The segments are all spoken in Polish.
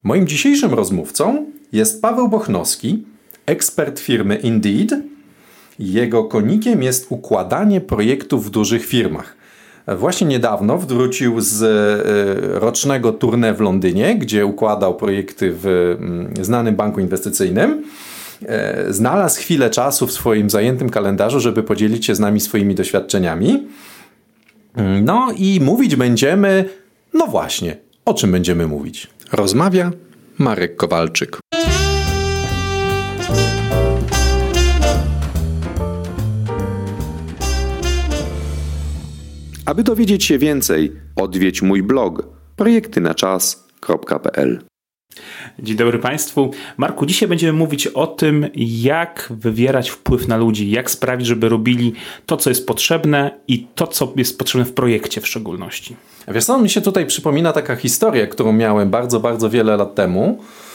Moim dzisiejszym rozmówcą jest Paweł Bochnowski, ekspert firmy Indeed. Jego konikiem jest układanie projektów w dużych firmach. Właśnie niedawno wrócił z rocznego tournée w Londynie, gdzie układał projekty w znanym banku inwestycyjnym. Znalazł chwilę czasu w swoim zajętym kalendarzu, żeby podzielić się z nami swoimi doświadczeniami. No i mówić będziemy, no właśnie, o czym będziemy mówić? Rozmawia Marek Kowalczyk. Aby dowiedzieć się więcej, odwiedź mój blog projektynaczas.pl. Dzień dobry Państwu. Marku, dzisiaj będziemy mówić o tym, jak wywierać wpływ na ludzi, jak sprawić, żeby robili to, co jest potrzebne i to, co jest potrzebne w projekcie w szczególności. Wiesz co, mi się tutaj przypomina taka historia, którą miałem bardzo, bardzo wiele lat temu,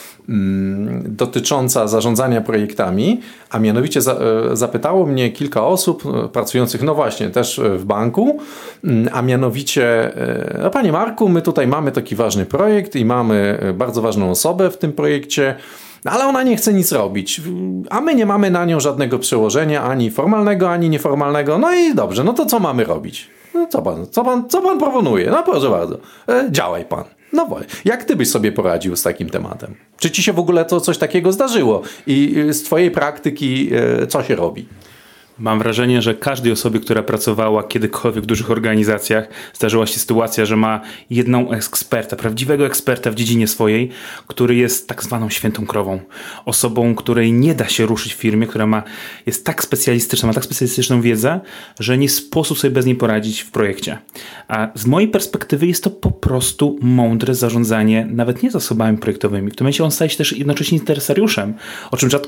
dotycząca zarządzania projektami, a mianowicie zapytało mnie kilka osób pracujących, no właśnie, też w banku, a mianowicie, no panie Marku, my tutaj mamy taki ważny projekt i mamy bardzo ważną osobę w tym projekcie, ale ona nie chce nic robić, a my nie mamy na nią żadnego przełożenia, ani formalnego, ani nieformalnego, no i dobrze, no to co mamy robić? No co pan proponuje? No proszę bardzo, działaj pan. No właśnie, jak ty byś sobie poradził z takim tematem? Czy ci się w ogóle coś takiego zdarzyło? I z twojej praktyki co się robi? Mam wrażenie, że każdej osobie, która pracowała kiedykolwiek w dużych organizacjach, zdarzyła się sytuacja, że ma jedną eksperta, prawdziwego eksperta w dziedzinie swojej, który jest tak zwaną świętą krową. Osobą, której nie da się ruszyć w firmie, która jest tak specjalistyczna, ma tak specjalistyczną wiedzę, że nie sposób sobie bez niej poradzić w projekcie. A z mojej perspektywy jest to po prostu mądre zarządzanie, nawet nie zasobami projektowymi. W tym momencie on staje się też jednocześnie interesariuszem, o czym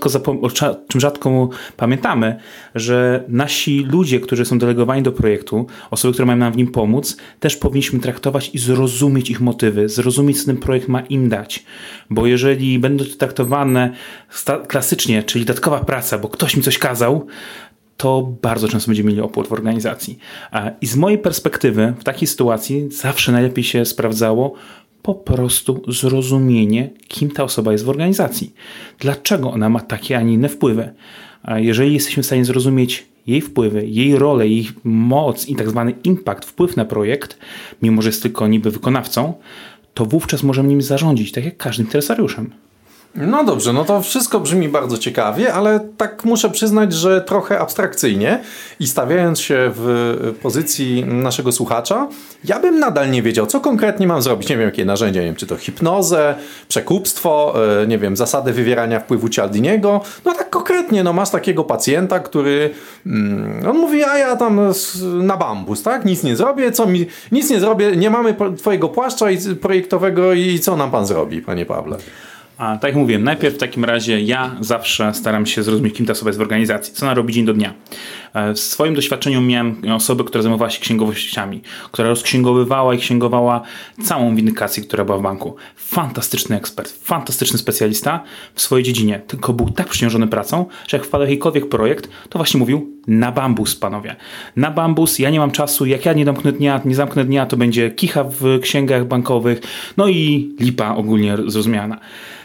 rzadko pamiętamy, że nasi ludzie, którzy są delegowani do projektu, osoby, które mają nam w nim pomóc, też powinniśmy traktować i zrozumieć ich motywy, zrozumieć, co ten projekt ma im dać. Bo jeżeli będą to traktowane klasycznie, czyli dodatkowa praca, bo ktoś mi coś kazał, to bardzo często będziemy mieli opór w organizacji. I z mojej perspektywy w takiej sytuacji zawsze najlepiej się sprawdzało po prostu zrozumienie, kim ta osoba jest w organizacji. Dlaczego ona ma takie, a nie inne wpływy. A jeżeli jesteśmy w stanie zrozumieć jej wpływy, jej rolę, jej moc i tak zwany impact, wpływ na projekt, mimo że jest tylko niby wykonawcą, to wówczas możemy nim zarządzić, tak jak każdym interesariuszem. No dobrze, no to wszystko brzmi bardzo ciekawie, ale tak muszę przyznać, że trochę abstrakcyjnie i stawiając się w pozycji naszego słuchacza, ja bym nadal nie wiedział, co konkretnie mam zrobić. Nie wiem, jakie narzędzia, nie wiem, czy to hipnozę, przekupstwo, nie wiem, zasady wywierania wpływu Cialdiniego. No tak konkretnie, no masz takiego pacjenta, który on mówi, a ja tam na bambus, tak? Nic nie zrobię, nic nie zrobię, nie mamy twojego płaszcza projektowego i co nam pan zrobi, panie Pawle? A tak jak mówiłem, najpierw w takim razie ja zawsze staram się zrozumieć, kim ta osoba jest w organizacji, co ona robi dzień do dnia. W swoim doświadczeniu miałem osobę, która zajmowała się księgowościami, która rozksięgowywała i księgowała całą windykację, która była w banku. Fantastyczny ekspert, fantastyczny specjalista w swojej dziedzinie, tylko był tak przyciążony pracą, że jak wpadł jakikolwiek projekt, to właśnie mówił na bambus, panowie. Na bambus, ja nie mam czasu, jak ja nie zamknę dnia, to będzie kicha w księgach bankowych, no i lipa ogólnie zrozumiana.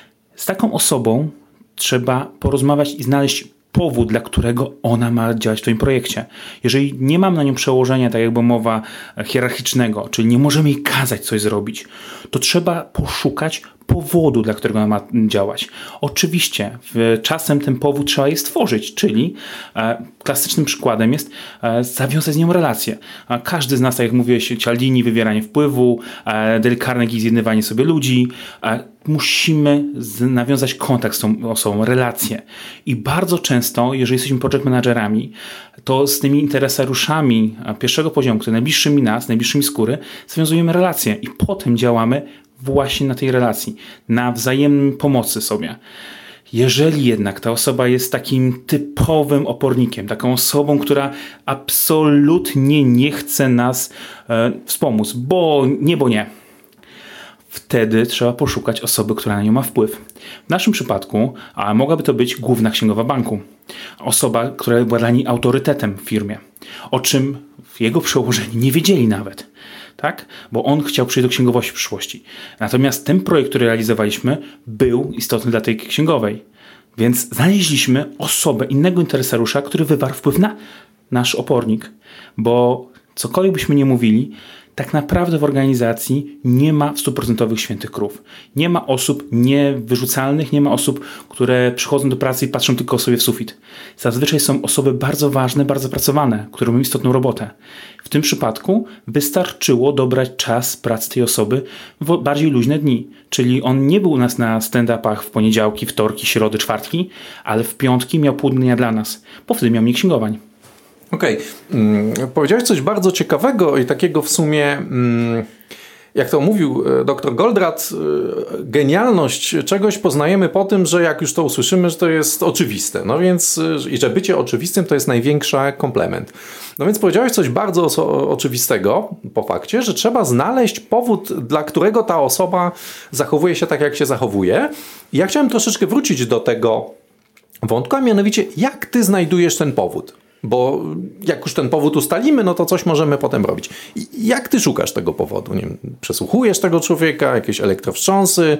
Z taką osobą trzeba porozmawiać i znaleźć powód, dla którego ona ma działać w twoim projekcie. Jeżeli nie mam na nią przełożenia, tak jakby mowa hierarchicznego, czyli nie możemy jej kazać coś zrobić, to trzeba poszukać powodu, dla którego ona ma działać. Oczywiście czasem ten powód trzeba je stworzyć, czyli klasycznym przykładem jest zawiązać z nią relację. Każdy z nas, tak jak mówiłeś, Cialdini, wywieranie wpływu, Dale Carnegie, zjednywanie sobie ludzi. Musimy nawiązać kontakt z tą osobą, relację. I bardzo często, jeżeli jesteśmy project managerami, to z tymi interesariuszami pierwszego poziomu, które najbliższymi nas, najbliższymi skóry, zawiązujemy relacje i potem działamy właśnie na tej relacji, na wzajemnej pomocy sobie. Jeżeli jednak ta osoba jest takim typowym opornikiem, taką osobą, która absolutnie nie chce nas wspomóc, bo nie, wtedy trzeba poszukać osoby, która na nią ma wpływ. W naszym przypadku mogłaby to być główna księgowa banku. Osoba, która była dla niej autorytetem w firmie, o czym w jego przełożeniu nie wiedzieli nawet. tak? Bo on chciał przejść do księgowości w przyszłości. Natomiast ten projekt, który realizowaliśmy, był istotny dla tej księgowej. Więc znaleźliśmy osobę, innego interesariusza, który wywarł wpływ na nasz opornik. Bo cokolwiek byśmy nie mówili, tak naprawdę w organizacji nie ma 100% świętych krów. Nie ma osób niewyrzucalnych, nie ma osób, które przychodzą do pracy i patrzą tylko sobie w sufit. Zazwyczaj są osoby bardzo ważne, bardzo pracowane, które mają istotną robotę. W tym przypadku wystarczyło dobrać czas pracy tej osoby w bardziej luźne dni. Czyli on nie był u nas na stand-upach w poniedziałki, wtorki, środy, czwartki, ale w piątki miał pół dnia dla nas, bo wtedy miał mniej księgowań. Okej. Powiedziałeś coś bardzo ciekawego i takiego w sumie, jak to mówił dr Goldratt, genialność czegoś poznajemy po tym, że jak już to usłyszymy, że to jest oczywiste. No więc, i że bycie oczywistym to jest największy komplement. No więc powiedziałeś coś bardzo oczywistego po fakcie, że trzeba znaleźć powód, dla którego ta osoba zachowuje się tak, jak się zachowuje. I ja chciałem troszeczkę wrócić do tego wątku, a mianowicie jak ty znajdujesz ten powód? Bo jak już ten powód ustalimy, no to coś możemy potem robić. I jak ty szukasz tego powodu? Nie wiem, przesłuchujesz tego człowieka, jakieś elektrowstrząsy?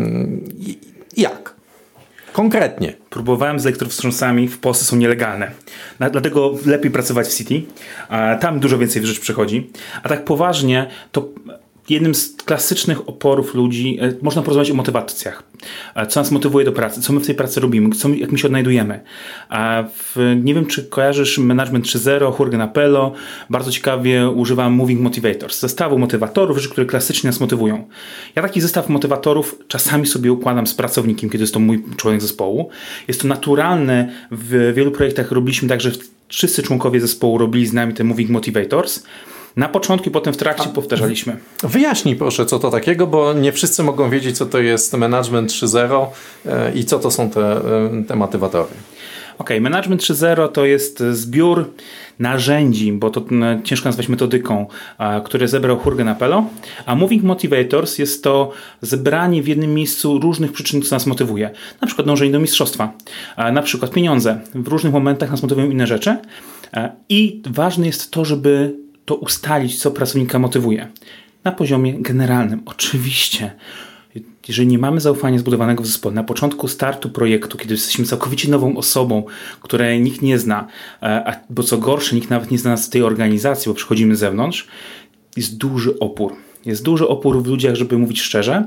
Jak? Konkretnie. Próbowałem z elektrowstrząsami, w Polsce są nielegalne. Dlatego lepiej pracować w City. Tam dużo więcej rzeczy przychodzi. A tak poważnie, to jednym z klasycznych oporów ludzi, można porozmawiać o motywacjach. Co nas motywuje do pracy, co my w tej pracy robimy, jak my się odnajdujemy. Nie wiem, czy kojarzysz Management 3.0, Jürgen Appelo. Bardzo ciekawie używam Moving Motivators, zestawu motywatorów, rzeczy, które klasycznie nas motywują. Ja taki zestaw motywatorów czasami sobie układam z pracownikiem, kiedy jest to mój członek zespołu. Jest to naturalne, w wielu projektach robiliśmy tak, że wszyscy członkowie zespołu robili z nami te Moving Motivators. Na początku i potem w trakcie powtarzaliśmy. Wyjaśnij proszę, co to takiego, bo nie wszyscy mogą wiedzieć, co to jest Management 3.0 i co to są te motywatory. Okej, Management 3.0 to jest zbiór narzędzi, bo to ciężko nazwać metodyką, które zebrał Jürgen Appelo, a Moving Motivators jest to zebranie w jednym miejscu różnych przyczyn, co nas motywuje. Na przykład dążenie do mistrzostwa, na przykład pieniądze. W różnych momentach nas motywują inne rzeczy i ważne jest to, żeby to ustalić, co pracownika motywuje. Na poziomie generalnym. Oczywiście, jeżeli nie mamy zaufania zbudowanego w zespole, na początku startu projektu, kiedy jesteśmy całkowicie nową osobą, której nikt nie zna, bo co gorsze, nikt nawet nie zna nas z tej organizacji, bo przychodzimy z zewnątrz, jest duży opór. Jest duży opór w ludziach, żeby mówić szczerze.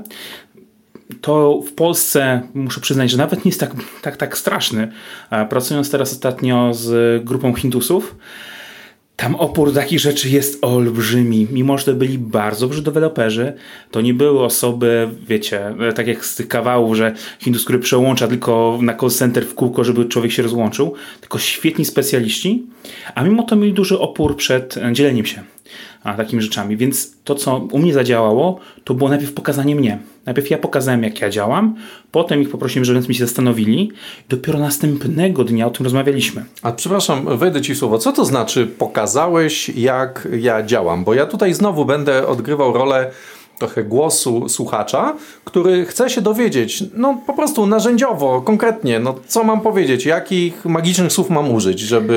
To w Polsce, muszę przyznać, że nawet nie jest tak straszny. Pracując teraz ostatnio z grupą Hindusów, tam opór takich rzeczy jest olbrzymi. Mimo że to byli bardzo dobrzy deweloperzy, to nie były osoby, wiecie, tak jak z tych kawałów, że Hindus, który przełącza tylko na call center w kółko, żeby człowiek się rozłączył, tylko świetni specjaliści, a mimo to mieli duży opór przed dzieleniem się takimi rzeczami. Więc to, co u mnie zadziałało, to było najpierw pokazanie mnie. Najpierw ja pokazałem, jak ja działam, potem ich poprosiłem, żeby mi się zastanowili. Dopiero następnego dnia o tym rozmawialiśmy. A przepraszam, wejdę ci w słowo. Co to znaczy pokazałeś, jak ja działam? Bo ja tutaj znowu będę odgrywał rolę trochę głosu słuchacza, który chce się dowiedzieć, no po prostu narzędziowo, konkretnie, no co mam powiedzieć, jakich magicznych słów mam użyć,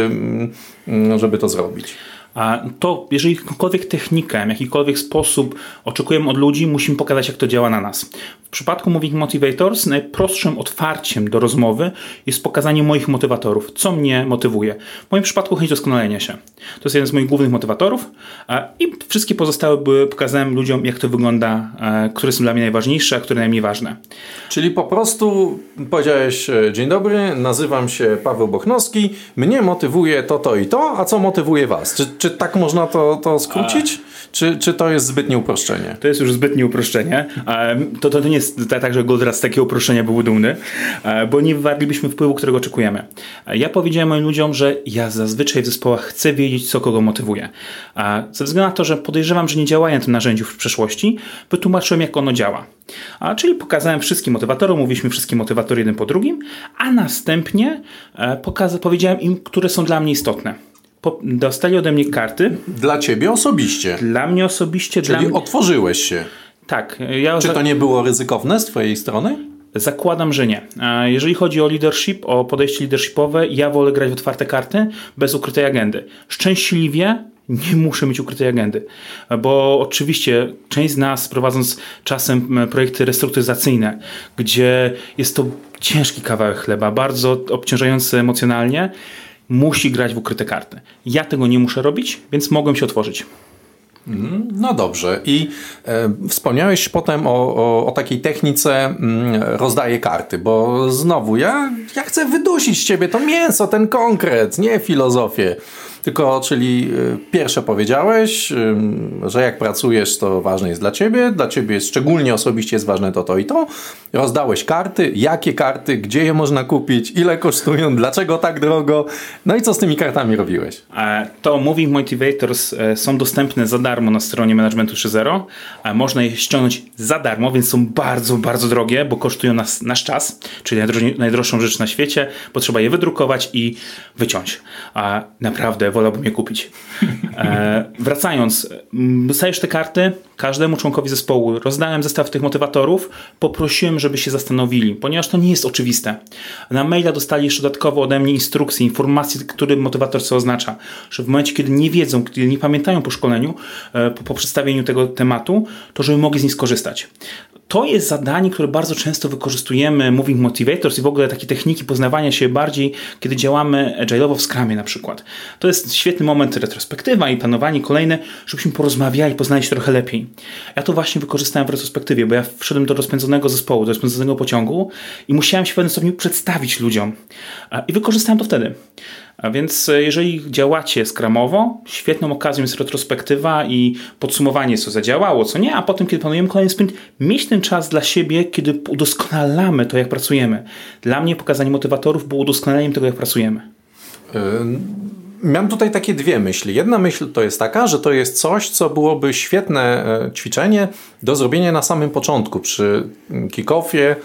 żeby to zrobić. A to, jeżeli jakąkolwiek technikę, w jakikolwiek sposób oczekujemy od ludzi, musimy pokazać, jak to działa na nas. W przypadku Moving Motivators najprostszym otwarciem do rozmowy jest pokazanie moich motywatorów. Co mnie motywuje? W moim przypadku chęć doskonalenia się. To jest jeden z moich głównych motywatorów i wszystkie pozostałe pokazałem ludziom, jak to wygląda, które są dla mnie najważniejsze, a które najmniej ważne. Czyli po prostu powiedziałeś: dzień dobry, nazywam się Paweł Bochnowski, mnie motywuje to i to, a co motywuje was? Czy tak można to skrócić? Czy to jest zbytnie uproszczenie? To jest już zbytnie uproszczenie. To nie jest tak, że Goldratt z takiego uproszczenia był dumny, bo nie wywarlibyśmy wpływu, którego oczekujemy. Ja powiedziałem moim ludziom, że ja zazwyczaj w zespołach chcę wiedzieć, co kogo motywuje. Ze względu na to, że podejrzewam, że nie działają na tym narzędziu w przeszłości, wytłumaczyłem, jak ono działa. Czyli pokazałem wszystkim motywatorom, mówiliśmy wszystkie motywatory jeden po drugim, a następnie powiedziałem im, które są dla mnie istotne. Dostali ode mnie karty. Dla ciebie osobiście? Dla mnie osobiście. Czyli otworzyłeś się? Tak. Czy to nie było ryzykowne z twojej strony? Zakładam, że nie. Jeżeli chodzi o leadership, o podejście leadershipowe, ja wolę grać w otwarte karty, bez ukrytej agendy. Szczęśliwie nie muszę mieć ukrytej agendy. Bo oczywiście część z nas, prowadząc czasem projekty restrukturyzacyjne, gdzie jest to ciężki kawałek chleba, bardzo obciążający emocjonalnie, musi grać w ukryte karty. Ja tego nie muszę robić, więc mogłem się otworzyć. No dobrze. I wspomniałeś potem o takiej technice rozdaję karty, bo znowu ja chcę wydusić z ciebie to mięso, ten konkret, nie filozofię. Tylko, czyli pierwsze powiedziałeś, że jak pracujesz, to ważne jest dla ciebie jest szczególnie osobiście jest ważne to i to. Rozdałeś karty, jakie karty, gdzie je można kupić, ile kosztują, dlaczego tak drogo, no i co z tymi kartami robiłeś? To Moving Motivators są dostępne za darmo na stronie Managementu 3.0. Można je ściągnąć za darmo, więc są bardzo, bardzo drogie, bo kosztują nasz czas, czyli najdroższą rzecz na świecie, bo trzeba je wydrukować i wyciąć. Naprawdę wolałbym je kupić. Wracając, dostajesz te karty każdemu członkowi zespołu. Rozdałem zestaw tych motywatorów, poprosiłem, żeby się zastanowili, ponieważ to nie jest oczywiste. Na maila dostali jeszcze dodatkowo ode mnie instrukcje, informacje, który motywator co oznacza, że w momencie, kiedy nie wiedzą, kiedy nie pamiętają po szkoleniu, po przedstawieniu tego tematu, to żeby mogli z nich skorzystać. To jest zadanie, które bardzo często wykorzystujemy, Moving Motivators i w ogóle takie techniki poznawania się bardziej, kiedy działamy agile'owo w Scrumie na przykład. To jest świetny moment, retrospektywa i planowanie kolejne, żebyśmy porozmawiali, poznali się trochę lepiej. Ja to właśnie wykorzystałem w retrospektywie, bo ja wszedłem do rozpędzonego zespołu, do rozpędzonego pociągu i musiałem się w pewnym stopniu przedstawić ludziom. I wykorzystałem to wtedy. A więc jeżeli działacie skramowo, świetną okazją jest retrospektywa i podsumowanie, co zadziałało, co nie, a potem, kiedy planujemy kolejny sprint, mieć ten czas dla siebie, kiedy udoskonalamy to, jak pracujemy. Dla mnie pokazanie motywatorów było udoskonaleniem tego, jak pracujemy. Mam tutaj takie dwie myśli. Jedna myśl to jest taka, że to jest coś, co byłoby świetne ćwiczenie do zrobienia na samym początku, przy kick-offie,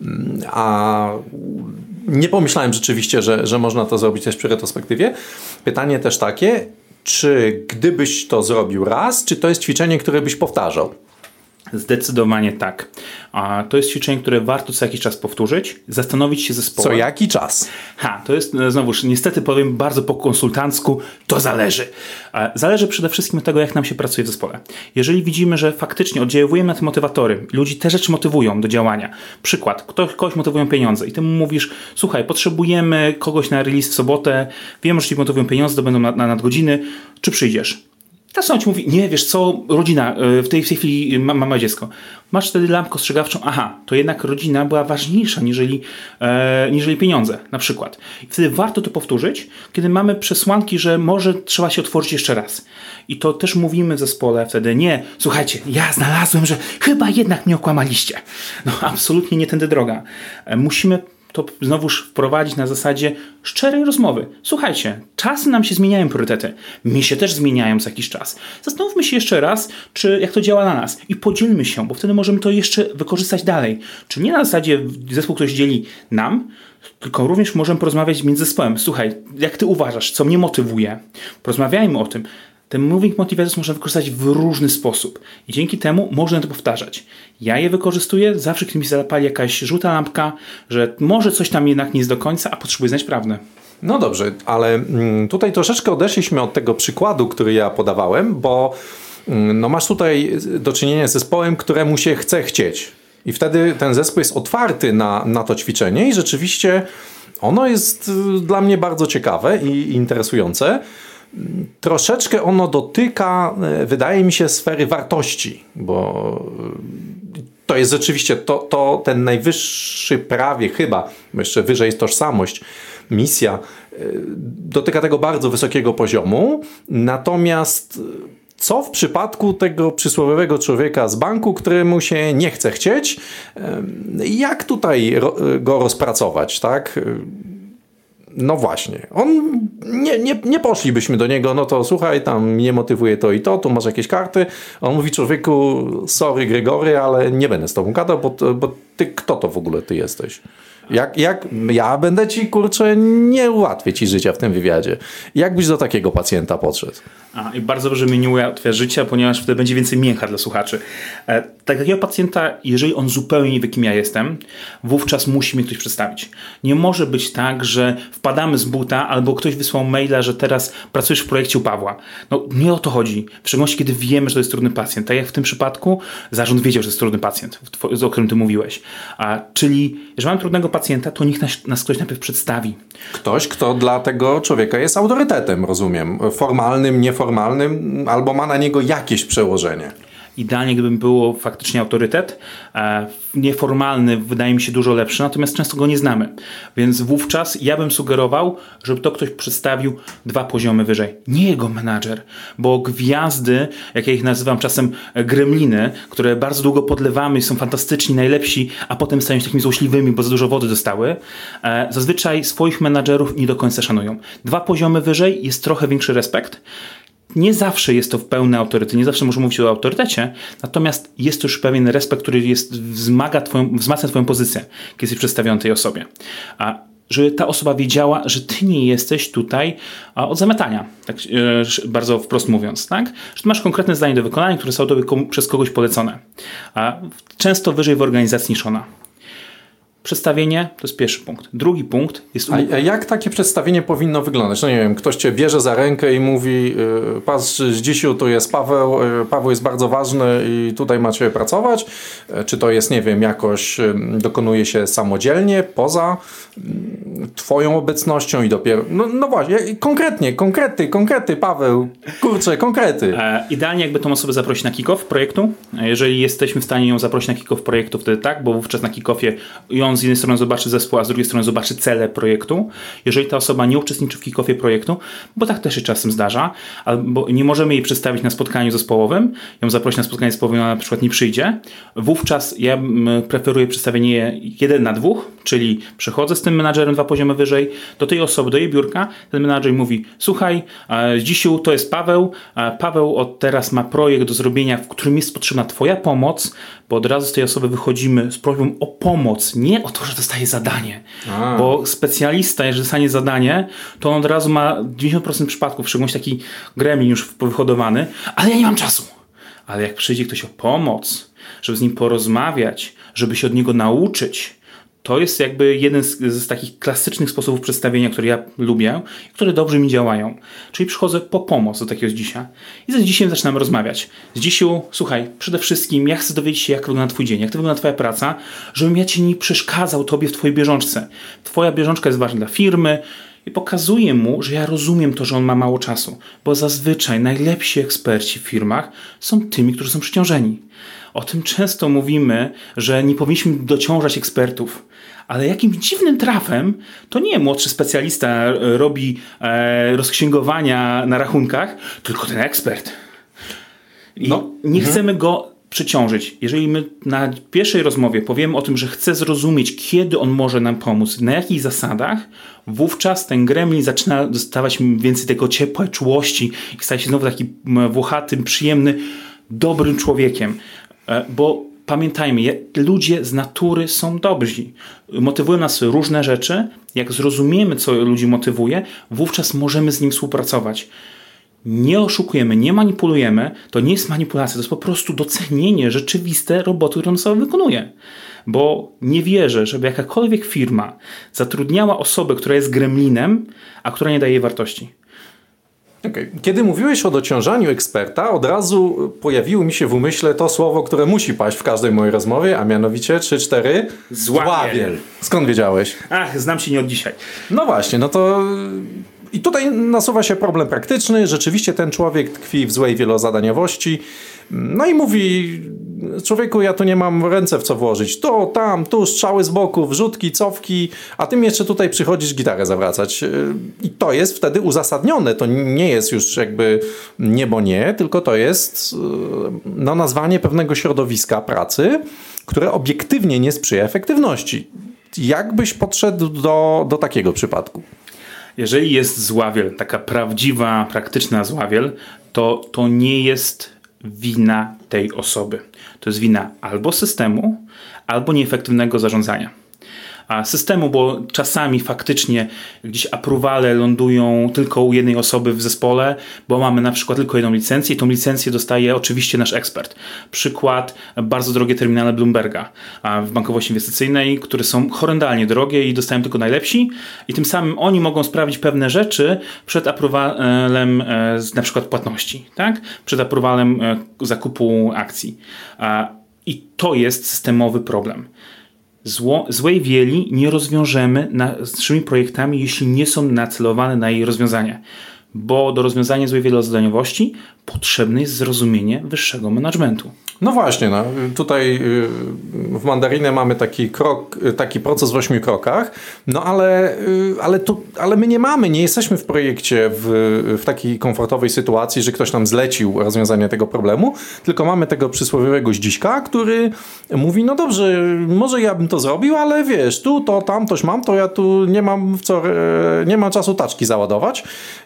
a nie pomyślałem rzeczywiście, że można to zrobić też przy retrospektywie. Pytanie też takie, czy gdybyś to zrobił raz, czy to jest ćwiczenie, które byś powtarzał? Zdecydowanie tak. A to jest ćwiczenie, które warto co jakiś czas powtórzyć, zastanowić się zespołem. Co jaki czas? To jest, znowuż, niestety powiem bardzo po konsultancku, to zależy. Zależy przede wszystkim od tego, jak nam się pracuje w zespole. Jeżeli widzimy, że faktycznie oddziałujemy na te motywatory, ludzi te rzeczy motywują do działania. Przykład, kogoś motywują pieniądze i ty mu mówisz, słuchaj, potrzebujemy kogoś na release w sobotę, wiem, że ci motywują pieniądze, to będą na nadgodziny, czy przyjdziesz? Ta sama ci mówi, nie, wiesz co, rodzina, w tej chwili mama dziecko. Masz wtedy lampkę ostrzegawczą, to jednak rodzina była ważniejsza niżeli pieniądze, na przykład. I wtedy warto to powtórzyć, kiedy mamy przesłanki, że może trzeba się otworzyć jeszcze raz. I to też mówimy w zespole wtedy, nie, słuchajcie, ja znalazłem, że chyba jednak mnie okłamaliście. No absolutnie nie tędy droga. Musimy to znowuż wprowadzić na zasadzie szczerej rozmowy. Słuchajcie, czasy nam się zmieniają, priorytety. Mi się też zmieniają co jakiś czas. Zastanówmy się jeszcze raz, jak to działa na nas i podzielmy się, bo wtedy możemy to jeszcze wykorzystać dalej. Czy nie na zasadzie zespół, który się dzieli nam, tylko również możemy porozmawiać między zespołem. Słuchaj, jak ty uważasz, co mnie motywuje? Porozmawiajmy o tym. Ten Moving Motivators można wykorzystać w różny sposób i dzięki temu można to powtarzać. Ja je wykorzystuję zawsze, kiedy mi się zapali jakaś żółta lampka, że może coś tam jednak nie jest do końca, a potrzebuję znać prawdę. No dobrze, ale tutaj troszeczkę odeszliśmy od tego przykładu, który ja podawałem, bo masz tutaj do czynienia z zespołem, któremu się chce chcieć. I wtedy ten zespół jest otwarty na to ćwiczenie i rzeczywiście ono jest dla mnie bardzo ciekawe i interesujące. Troszeczkę ono dotyka, wydaje mi się, sfery wartości, bo to jest rzeczywiście ten najwyższy prawie chyba, jeszcze wyżej jest tożsamość, misja, dotyka tego bardzo wysokiego poziomu, natomiast co w przypadku tego przysłowiowego człowieka z banku, któremu się nie chce chcieć, jak tutaj go rozpracować, tak? No właśnie, nie poszlibyśmy do niego, no to słuchaj, tam mnie motywuje to i to, tu masz jakieś karty. On mówi, człowieku, sorry Gregory, ale nie będę z tobą gadał, bo ty, kto to w ogóle ty jesteś? Jak ja będę ci, kurczę, nie ułatwię ci życia w tym wywiadzie. Jak byś do takiego pacjenta podszedł? I bardzo dobrze mi nie ułatwia życia, ponieważ wtedy będzie więcej mięcha dla słuchaczy. Takiego pacjenta, jeżeli on zupełnie nie wie, kim ja jestem, wówczas musi mi ktoś przedstawić. Nie może być tak, że w wpadamy z buta, albo ktoś wysłał maila, że teraz pracujesz w projekcie u Pawła. No nie o to chodzi. W szczególności, kiedy wiemy, że to jest trudny pacjent. Tak jak w tym przypadku zarząd wiedział, że to jest trudny pacjent, o którym ty mówiłeś. Czyli, że mam trudnego pacjenta, to niech nas ktoś najpierw przedstawi. Ktoś, kto dla tego człowieka jest autorytetem, rozumiem. Formalnym, nieformalnym, albo ma na niego jakieś przełożenie. Idealnie, gdybym było faktycznie autorytet, nieformalny wydaje mi się dużo lepszy, natomiast często go nie znamy. Więc wówczas ja bym sugerował, żeby to ktoś przedstawił 2 poziomy wyżej. Nie jego menadżer, bo gwiazdy, jak ja ich nazywam czasem gremliny, które bardzo długo podlewamy i są fantastyczni, najlepsi, a potem stają się takimi złośliwymi, bo za dużo wody dostały, zazwyczaj swoich menadżerów nie do końca szanują. 2 poziomy wyżej jest trochę większy respekt. Nie zawsze jest to w pełny autorytet, nie zawsze możemy mówić o autorytecie, natomiast jest to już pewien respekt, który wzmacnia twoją pozycję, kiedy jesteś przedstawiony tej osobie. Żeby ta osoba wiedziała, że ty nie jesteś tutaj od zamiatania, tak bardzo wprost mówiąc, tak? Że ty masz konkretne zadanie do wykonania, które są tobie przez kogoś polecone. Często wyżej w organizacji niż ona. Przedstawienie to jest pierwszy punkt. Drugi punkt jest... A jak takie przedstawienie powinno wyglądać? No nie wiem, ktoś cię bierze za rękę i mówi patrz, dzisiu tu jest Paweł, Paweł jest bardzo ważny i tutaj macie pracować. Czy to jest, nie wiem, jakoś dokonuje się samodzielnie, poza twoją obecnością i dopiero... No właśnie, konkrety, Paweł, kurczę, konkrety. Idealnie jakby tą osobę zaprosić na kick-off projektu. Jeżeli jesteśmy w stanie ją zaprosić na kick-off projektu, wtedy tak, bo wówczas na kick-offie ją z jednej strony zobaczy zespół, a z drugiej strony zobaczy cele projektu. Jeżeli ta osoba nie uczestniczy w kick-offie projektu, bo tak też się czasem zdarza, albo nie możemy jej przedstawić na spotkaniu zespołowym, ją zaprosić na spotkanie zespołowe, ona na przykład nie przyjdzie, wówczas ja preferuję przedstawienie 1 na 2, czyli przychodzę z tym menadżerem 2 poziomy wyżej, do tej osoby, do jej biurka, ten menadżer mówi, słuchaj, dzisiu to jest Paweł, Paweł od teraz ma projekt do zrobienia, w którym jest potrzebna twoja pomoc, bo od razu z tej osoby wychodzimy z prośbą o pomoc, nie o to, że dostaje zadanie. Bo specjalista, jeżeli dostanie zadanie, to on od razu ma 90% przypadków, w szczególności taki gremlin już powyhodowany, ale ja nie mam czasu. Ale jak przyjdzie ktoś o pomoc, żeby z nim porozmawiać, żeby się od niego nauczyć, to jest jakby jeden z takich klasycznych sposobów przedstawienia, które ja lubię i które dobrze mi działają. Czyli przychodzę po pomoc do takiego Zdzisia i z Dzisiem zaczynamy rozmawiać. Zdzisiu, słuchaj, przede wszystkim ja chcę dowiedzieć się, jak wygląda twój dzień, jak to wygląda twoja praca, żebym ja ci nie przeszkadzał tobie w twojej bieżączce. Twoja bieżączka jest ważna dla firmy i pokazuję mu, że ja rozumiem to, że on ma mało czasu, bo zazwyczaj najlepsi eksperci w firmach są tymi, którzy są przeciążeni. O tym często mówimy, że nie powinniśmy dociążać ekspertów. Ale jakimś dziwnym trafem to nie młodszy specjalista robi rozksięgowania na rachunkach, tylko ten ekspert. I nie chcemy go przeciążyć. Jeżeli my na pierwszej rozmowie powiemy o tym, że chcę zrozumieć, kiedy on może nam pomóc, na jakich zasadach, wówczas ten gremlin zaczyna dostawać więcej tego ciepła, czułości i staje się znowu taki włochatym, przyjemny, dobrym człowiekiem. Bo pamiętajmy, ludzie z natury są dobrzy. Motywują nas różne rzeczy. Jak zrozumiemy, co ludzi motywuje, wówczas możemy z nim współpracować. Nie oszukujemy, nie manipulujemy. To nie jest manipulacja, to jest po prostu docenienie rzeczywiste roboty, którą osoba wykonuje. Bo nie wierzę, żeby jakakolwiek firma zatrudniała osobę, która jest gremlinem, a która nie daje jej wartości. Okay. Kiedy mówiłeś o dociążaniu eksperta, od razu pojawiło mi się w umyśle to słowo, które musi paść w każdej mojej rozmowie, a mianowicie 3-4 zławiel. Skąd wiedziałeś? Znam się nie od dzisiaj. No właśnie, no to... I tutaj nasuwa się problem praktyczny. Rzeczywiście ten człowiek tkwi w złej wielozadaniowości. No i mówi, człowieku, ja tu nie mam ręce w co włożyć. To, tam, tu, strzały z boku, wrzutki, cofki, a ty mi jeszcze tutaj przychodzisz gitarę zawracać. I to jest wtedy uzasadnione. To nie jest już jakby nie, bo nie, tylko to jest nazwanie pewnego środowiska pracy, które obiektywnie nie sprzyja efektywności. Jak byś podszedł do takiego przypadku? Jeżeli jest zławiel, taka prawdziwa, praktyczna zławiel, to nie jest wina tej osoby. To jest wina albo systemu, albo nieefektywnego zarządzania. systemu, bo czasami faktycznie gdzieś aprowale lądują tylko u jednej osoby w zespole, bo mamy na przykład tylko jedną licencję i tą licencję dostaje oczywiście nasz ekspert. Przykład, bardzo drogie terminale Bloomberga w bankowości inwestycyjnej, które są horrendalnie drogie i dostają tylko najlepsi i tym samym oni mogą sprawdzić pewne rzeczy przed aprowalem na przykład płatności, tak? Przed aprowalem zakupu akcji. I to jest systemowy problem. Złej wieli nie rozwiążemy naszymi projektami, jeśli nie są nacelowane na jej rozwiązanie. Bo do rozwiązania złej wielozadaniowości potrzebne jest zrozumienie wyższego managementu. No właśnie, tutaj w Mandarinę mamy taki proces w 8 krokach, no ale my nie jesteśmy w projekcie w takiej komfortowej sytuacji, że ktoś nam zlecił rozwiązanie tego problemu, tylko mamy tego przysłowiowego Zdziśka, który mówi, no dobrze, może ja bym to zrobił, ale wiesz, tu, to, tam, toś mam, to ja tu nie mam czasu taczki załadować.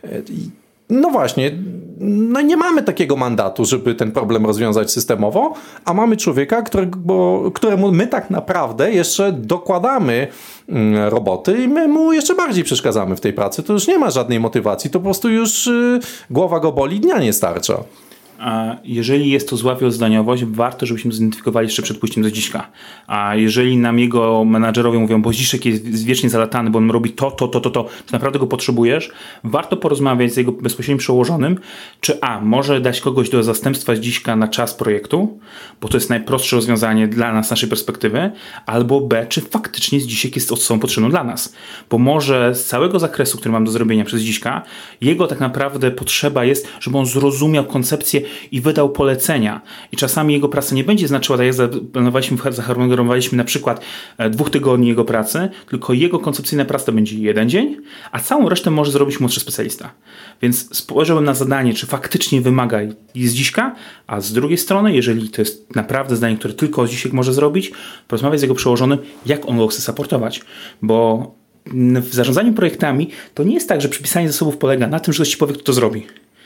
No właśnie, nie mamy takiego mandatu, żeby ten problem rozwiązać systemowo, a mamy człowieka, któremu my tak naprawdę jeszcze dokładamy roboty i my mu jeszcze bardziej przeszkadzamy w tej pracy. To już nie ma żadnej motywacji, to po prostu już głowa go boli, dnia nie starcza. A jeżeli jest to zła wielozadaniowość, warto, żebyśmy zidentyfikowali jeszcze przed pójściem do Zdziśka. A jeżeli nam jego menadżerowie mówią, bo Zdziszek jest wiecznie zalatany, bo on robi to, czy naprawdę go potrzebujesz, warto porozmawiać z jego bezpośrednim przełożonym, czy może dać kogoś do zastępstwa Zdziśka na czas projektu, bo to jest najprostsze rozwiązanie dla nas, z naszej perspektywy, albo B, czy faktycznie Zdziszek jest osobą potrzebną dla nas. Bo może z całego zakresu, który mam do zrobienia przez Zdziśka, jego tak naprawdę potrzeba jest, żeby on zrozumiał koncepcję i wydał polecenia. I czasami jego praca nie będzie znaczyła, tak jak zaharmonizowaliśmy na przykład 2 tygodni jego pracy, tylko jego koncepcyjna praca to będzie 1 dzień, a całą resztę może zrobić młodszy specjalista. Więc spojrzałem na zadanie, czy faktycznie wymaga Zdziśka, a z drugiej strony, jeżeli to jest naprawdę zadanie, które tylko Zdziśek może zrobić, porozmawiać z jego przełożonym, jak on go chce supportować. Bo w zarządzaniu projektami to nie jest tak, że przypisanie zasobów polega na tym, że ktoś ci powie, kto to zrobi.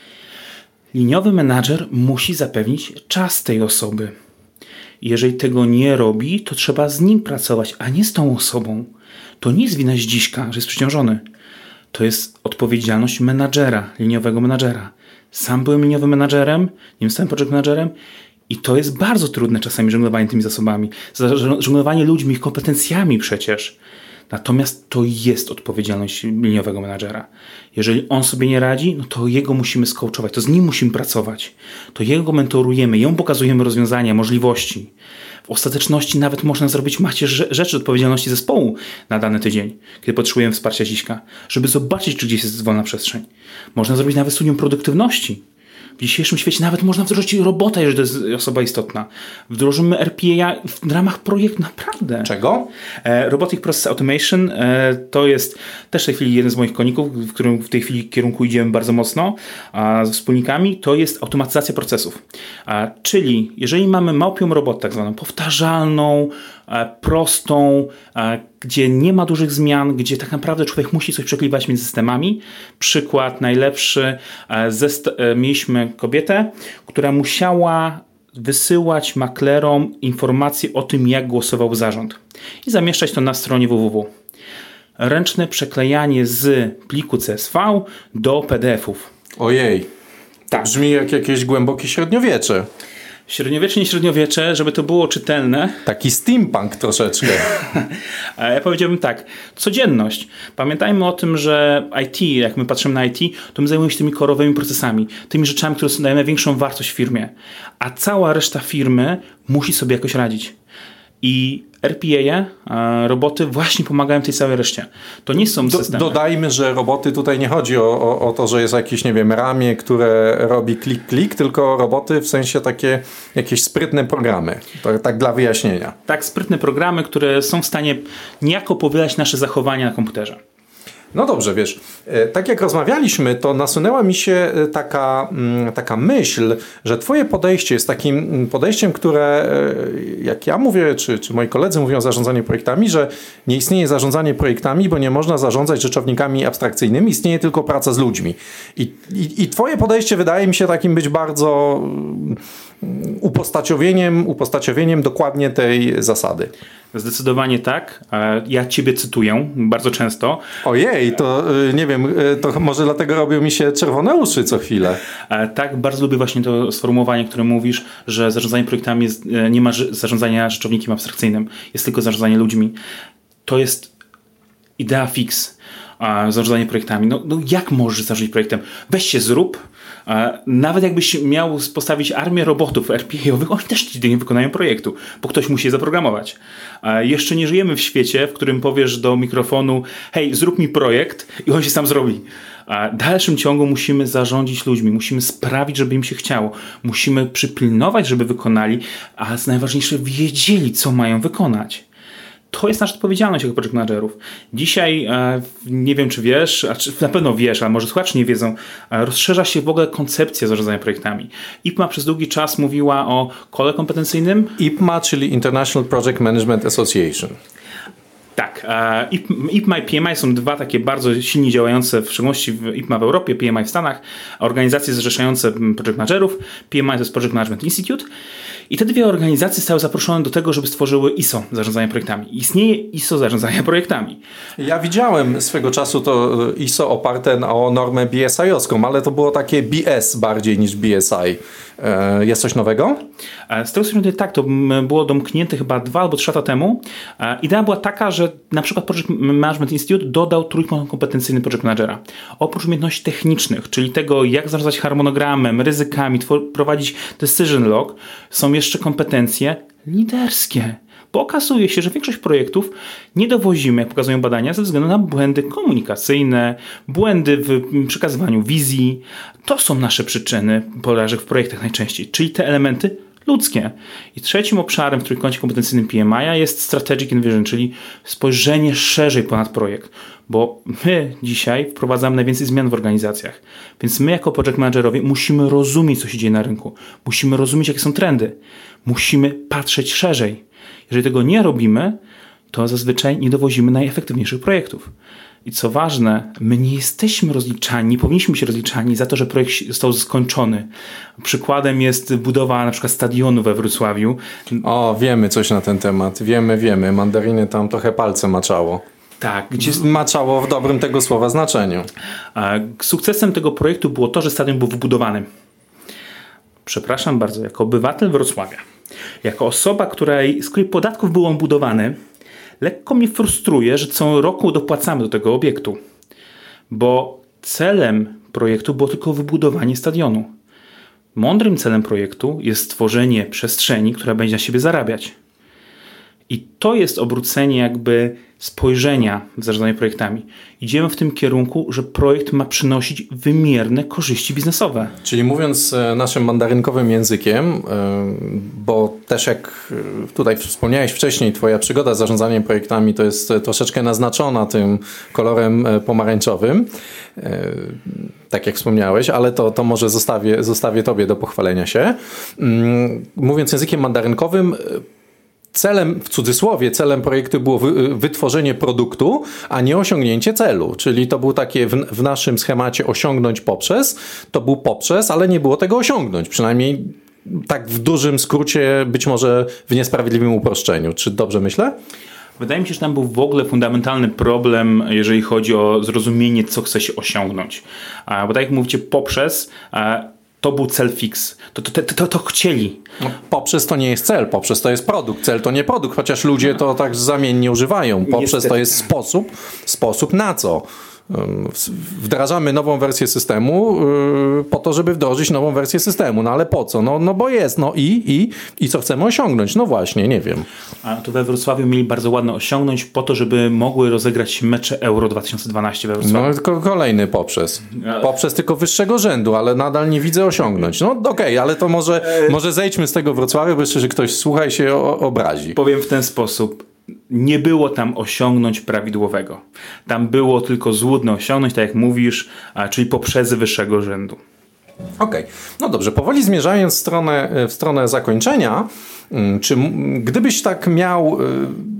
Liniowy menadżer musi zapewnić czas tej osoby. Jeżeli tego nie robi, to trzeba z nim pracować, a nie z tą osobą. To nie jest wina Zdziśka, że jest przeciążony. To jest odpowiedzialność menadżera, liniowego menadżera. Sam byłem liniowym menadżerem, nie zostałem project managerem i to jest bardzo trudne czasami żonglowanie tymi zasobami. Żonglowanie ludźmi, ich kompetencjami przecież. Natomiast to jest odpowiedzialność liniowego menadżera. Jeżeli on sobie nie radzi, no to jego musimy skoachować, to z nim musimy pracować. To jego mentorujemy, jemu pokazujemy rozwiązania, możliwości. W ostateczności nawet można zrobić rzeczy odpowiedzialności zespołu na dany tydzień, kiedy potrzebujemy wsparcia Zdziśka, żeby zobaczyć, czy gdzieś jest wolna przestrzeń. Można zrobić nawet studium produktywności. W dzisiejszym świecie nawet można wdrożyć robota, jeżeli to jest osoba istotna. Wdrożymy RPA w ramach projektu, naprawdę. Czego? Robotic Process Automation to jest też w tej chwili jeden z moich koników, w którym w tej chwili kierunku idziemy bardzo mocno ze wspólnikami, to jest automatyzacja procesów. Czyli jeżeli mamy małpią robotę, tak zwaną powtarzalną, prostą, gdzie nie ma dużych zmian, gdzie tak naprawdę człowiek musi coś przekliwać między systemami. Przykład najlepszy, mieliśmy kobietę, która musiała wysyłać maklerom informacje o tym, jak głosował zarząd i zamieszczać to na stronie www. Ręczne przeklejanie z pliku CSV do PDF-ów. Ojej, tak. Brzmi jak jakieś głębokie średniowiecze. Średniowiecze, nie średniowiecze, żeby to było czytelne. Taki steampunk troszeczkę. Ja powiedziałbym tak, codzienność. Pamiętajmy o tym, że IT, jak my patrzymy na IT, to my zajmujemy się tymi korowymi procesami, tymi rzeczami, które dają największą wartość w firmie. A cała reszta firmy musi sobie jakoś radzić. I RPA, roboty właśnie pomagają tej całej reszcie. To nie są systemy. Dodajmy, że roboty tutaj nie chodzi o to, że jest jakieś, nie wiem, ramię, które robi klik, tylko roboty w sensie takie jakieś sprytne programy. To tak dla wyjaśnienia. Tak, sprytne programy, które są w stanie niejako powielać nasze zachowania na komputerze. No dobrze, wiesz, tak jak rozmawialiśmy, to nasunęła mi się taka myśl, że twoje podejście jest takim podejściem, które, jak ja mówię, czy moi koledzy mówią o zarządzaniu projektami, że nie istnieje zarządzanie projektami, bo nie można zarządzać rzeczownikami abstrakcyjnymi, istnieje tylko praca z ludźmi. I twoje podejście wydaje mi się takim być bardzo upostaciowieniem dokładnie tej zasady. Zdecydowanie tak. Ja ciebie cytuję bardzo często. Ojej, to nie wiem, to może dlatego robią mi się czerwone uszy co chwilę. Tak, bardzo lubię właśnie to sformułowanie, które mówisz, że zarządzanie projektami nie ma zarządzania rzeczownikiem abstrakcyjnym, jest tylko zarządzanie ludźmi. To jest idea fix. Zarządzanie projektami. No jak możesz zarządzić projektem? Weź się zrób. Nawet jakbyś miał postawić armię robotów RPA-owych, oni też ci nie wykonają projektu, bo ktoś musi je zaprogramować. Jeszcze nie żyjemy w świecie, w którym powiesz do mikrofonu: hej, zrób mi projekt i on się sam zrobi. W dalszym ciągu musimy zarządzić ludźmi, musimy sprawić, żeby im się chciało. Musimy przypilnować, żeby wykonali, a najważniejsze, wiedzieli, co mają wykonać. To jest nasza odpowiedzialność jako project managerów. Dzisiaj, nie wiem czy wiesz, na pewno wiesz, a może słuchacze nie wiedzą, rozszerza się w ogóle koncepcja zarządzania projektami. IPMA przez długi czas mówiła o kole kompetencyjnym. IPMA, czyli International Project Management Association. Tak, IPMA i PMI są dwa takie bardzo silnie działające, w szczególności IPMA w Europie, PMI w Stanach, organizacje zrzeszające project managerów. PMI to jest Project Management Institute. I te dwie organizacje zostały zaproszone do tego, żeby stworzyły ISO zarządzania projektami. Istnieje ISO zarządzania projektami. Ja widziałem swego czasu to ISO oparte o normę BSI-owską, ale to było takie BS bardziej niż BSI. Jest coś nowego? Z tego co wiem, tak, to było domknięte chyba 2 albo 3 lata temu. Idea była taka, że na przykład Project Management Institute dodał trójkąt kompetencyjny project managera. Oprócz umiejętności technicznych, czyli tego, jak zarządzać harmonogramem, ryzykami, prowadzić decision log, są jeszcze kompetencje liderskie. Bo okazuje się, że większość projektów nie dowozimy, jak pokazują badania, ze względu na błędy komunikacyjne, błędy w przekazywaniu wizji. To są nasze przyczyny porażek w projektach najczęściej, czyli te elementy ludzkie. I trzecim obszarem w trójkącie kompetencyjnym PMI jest Strategic Vision, czyli spojrzenie szerzej ponad projekt. Bo my dzisiaj wprowadzamy najwięcej zmian w organizacjach. Więc my jako project managerowie musimy rozumieć, co się dzieje na rynku. Musimy rozumieć, jakie są trendy. Musimy patrzeć szerzej. Jeżeli tego nie robimy, to zazwyczaj nie dowozimy najefektywniejszych projektów. I co ważne, my nie jesteśmy rozliczani, nie powinniśmy się rozliczani za to, że projekt został skończony. Przykładem jest budowa na przykład stadionu we Wrocławiu. O, wiemy coś na ten temat. Wiemy. Mandariny tam trochę palce maczało. Tak. Maczało w dobrym tego słowa znaczeniu. Sukcesem tego projektu było to, że stadion był wybudowany. Przepraszam bardzo, jako obywatel Wrocławia, jako osoba, z której podatków był on budowany, lekko mnie frustruje, że co roku dopłacamy do tego obiektu. Bo celem projektu było tylko wybudowanie stadionu. Mądrym celem projektu jest stworzenie przestrzeni, która będzie na siebie zarabiać. I to jest obrócenie jakby spojrzenia w zarządzaniu projektami. Idziemy w tym kierunku, że projekt ma przynosić wymierne korzyści biznesowe. Czyli mówiąc naszym mandarynkowym językiem, bo też jak tutaj wspomniałeś wcześniej, twoja przygoda z zarządzaniem projektami to jest troszeczkę naznaczona tym kolorem pomarańczowym, tak jak wspomniałeś, ale to może zostawię tobie do pochwalenia się. Mówiąc językiem mandarynkowym, celem, w cudzysłowie, celem projektu było wytworzenie produktu, a nie osiągnięcie celu. Czyli to był takie w naszym schemacie osiągnąć poprzez, to był poprzez, ale nie było tego osiągnąć. Przynajmniej tak w dużym skrócie, być może w niesprawiedliwym uproszczeniu. Czy dobrze myślę? Wydaje mi się, że tam był w ogóle fundamentalny problem, jeżeli chodzi o zrozumienie, co chce się osiągnąć. Bo tak jak mówicie, poprzez... To był cel fix. To chcieli. No, poprzez to nie jest cel, poprzez to jest produkt. Cel to nie produkt, chociaż ludzie to tak zamiennie używają. Poprzez to jest sposób na co. Wdrażamy nową wersję systemu po to, żeby wdrożyć nową wersję systemu. No ale po co? No bo jest. No i co chcemy osiągnąć? No właśnie, nie wiem. A to we Wrocławiu mieli bardzo ładne osiągnąć po to, żeby mogły rozegrać mecze Euro 2012 we Wrocławiu. No tylko kolejny poprzez. Poprzez tylko wyższego rzędu, ale nadal nie widzę osiągnąć. No okej, ale to może zejdźmy z tego Wrocławia, bo jeszcze, że ktoś słucha i się obrazi. Powiem w ten sposób. Nie było tam osiągnąć prawidłowego. Tam było tylko złudne osiągnąć, tak jak mówisz, czyli poprzezy wyższego rzędu. Okej. No dobrze, powoli zmierzając w stronę zakończenia, czy gdybyś tak miał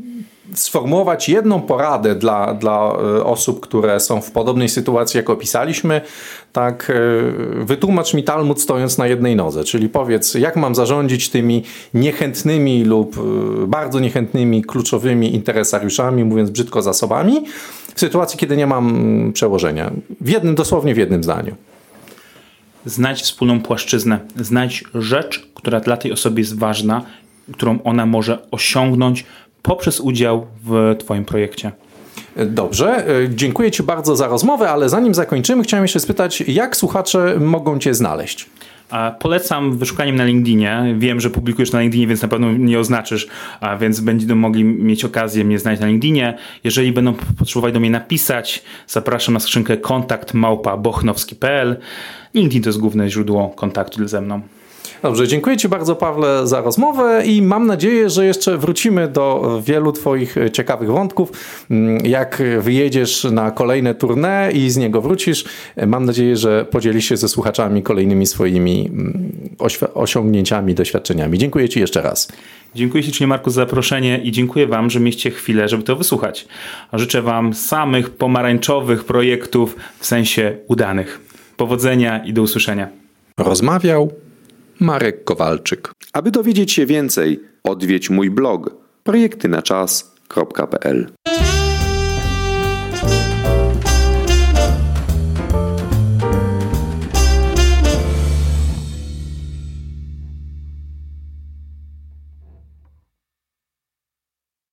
sformułować jedną poradę dla osób, które są w podobnej sytuacji, jak opisaliśmy, tak wytłumacz mi Talmud stojąc na jednej nodze, czyli powiedz, jak mam zarządzić tymi niechętnymi lub bardzo niechętnymi kluczowymi interesariuszami, mówiąc brzydko, zasobami, w sytuacji, kiedy nie mam przełożenia. Dosłownie w jednym zdaniu. Znajdź wspólną płaszczyznę, znajdź rzecz, która dla tej osoby jest ważna, którą ona może osiągnąć poprzez udział w Twoim projekcie. Dobrze, dziękuję Ci bardzo za rozmowę, ale zanim zakończymy, chciałem jeszcze spytać, jak słuchacze mogą Cię znaleźć? Polecam wyszukaniem na LinkedInie. Wiem, że publikujesz na LinkedInie, więc na pewno mnie oznaczysz, więc będą mogli mieć okazję mnie znaleźć na LinkedInie. Jeżeli będą potrzebowali do mnie napisać, zapraszam na skrzynkę kontakt@bochnowski.pl. LinkedIn to jest główne źródło kontaktu ze mną. Dobrze, dziękuję Ci bardzo, Pawle, za rozmowę i mam nadzieję, że jeszcze wrócimy do wielu Twoich ciekawych wątków. Jak wyjedziesz na kolejne tournée i z niego wrócisz, mam nadzieję, że podzielisz się ze słuchaczami kolejnymi swoimi osiągnięciami, doświadczeniami. Dziękuję Ci jeszcze raz. Dziękuję ślicznie, Marku, za zaproszenie i dziękuję Wam, że mieliście chwilę, żeby to wysłuchać. Życzę Wam samych pomarańczowych projektów, w sensie udanych. Powodzenia i do usłyszenia. Rozmawiał Marek Kowalczyk. Aby dowiedzieć się więcej, odwiedź mój blog projektynaczas.pl.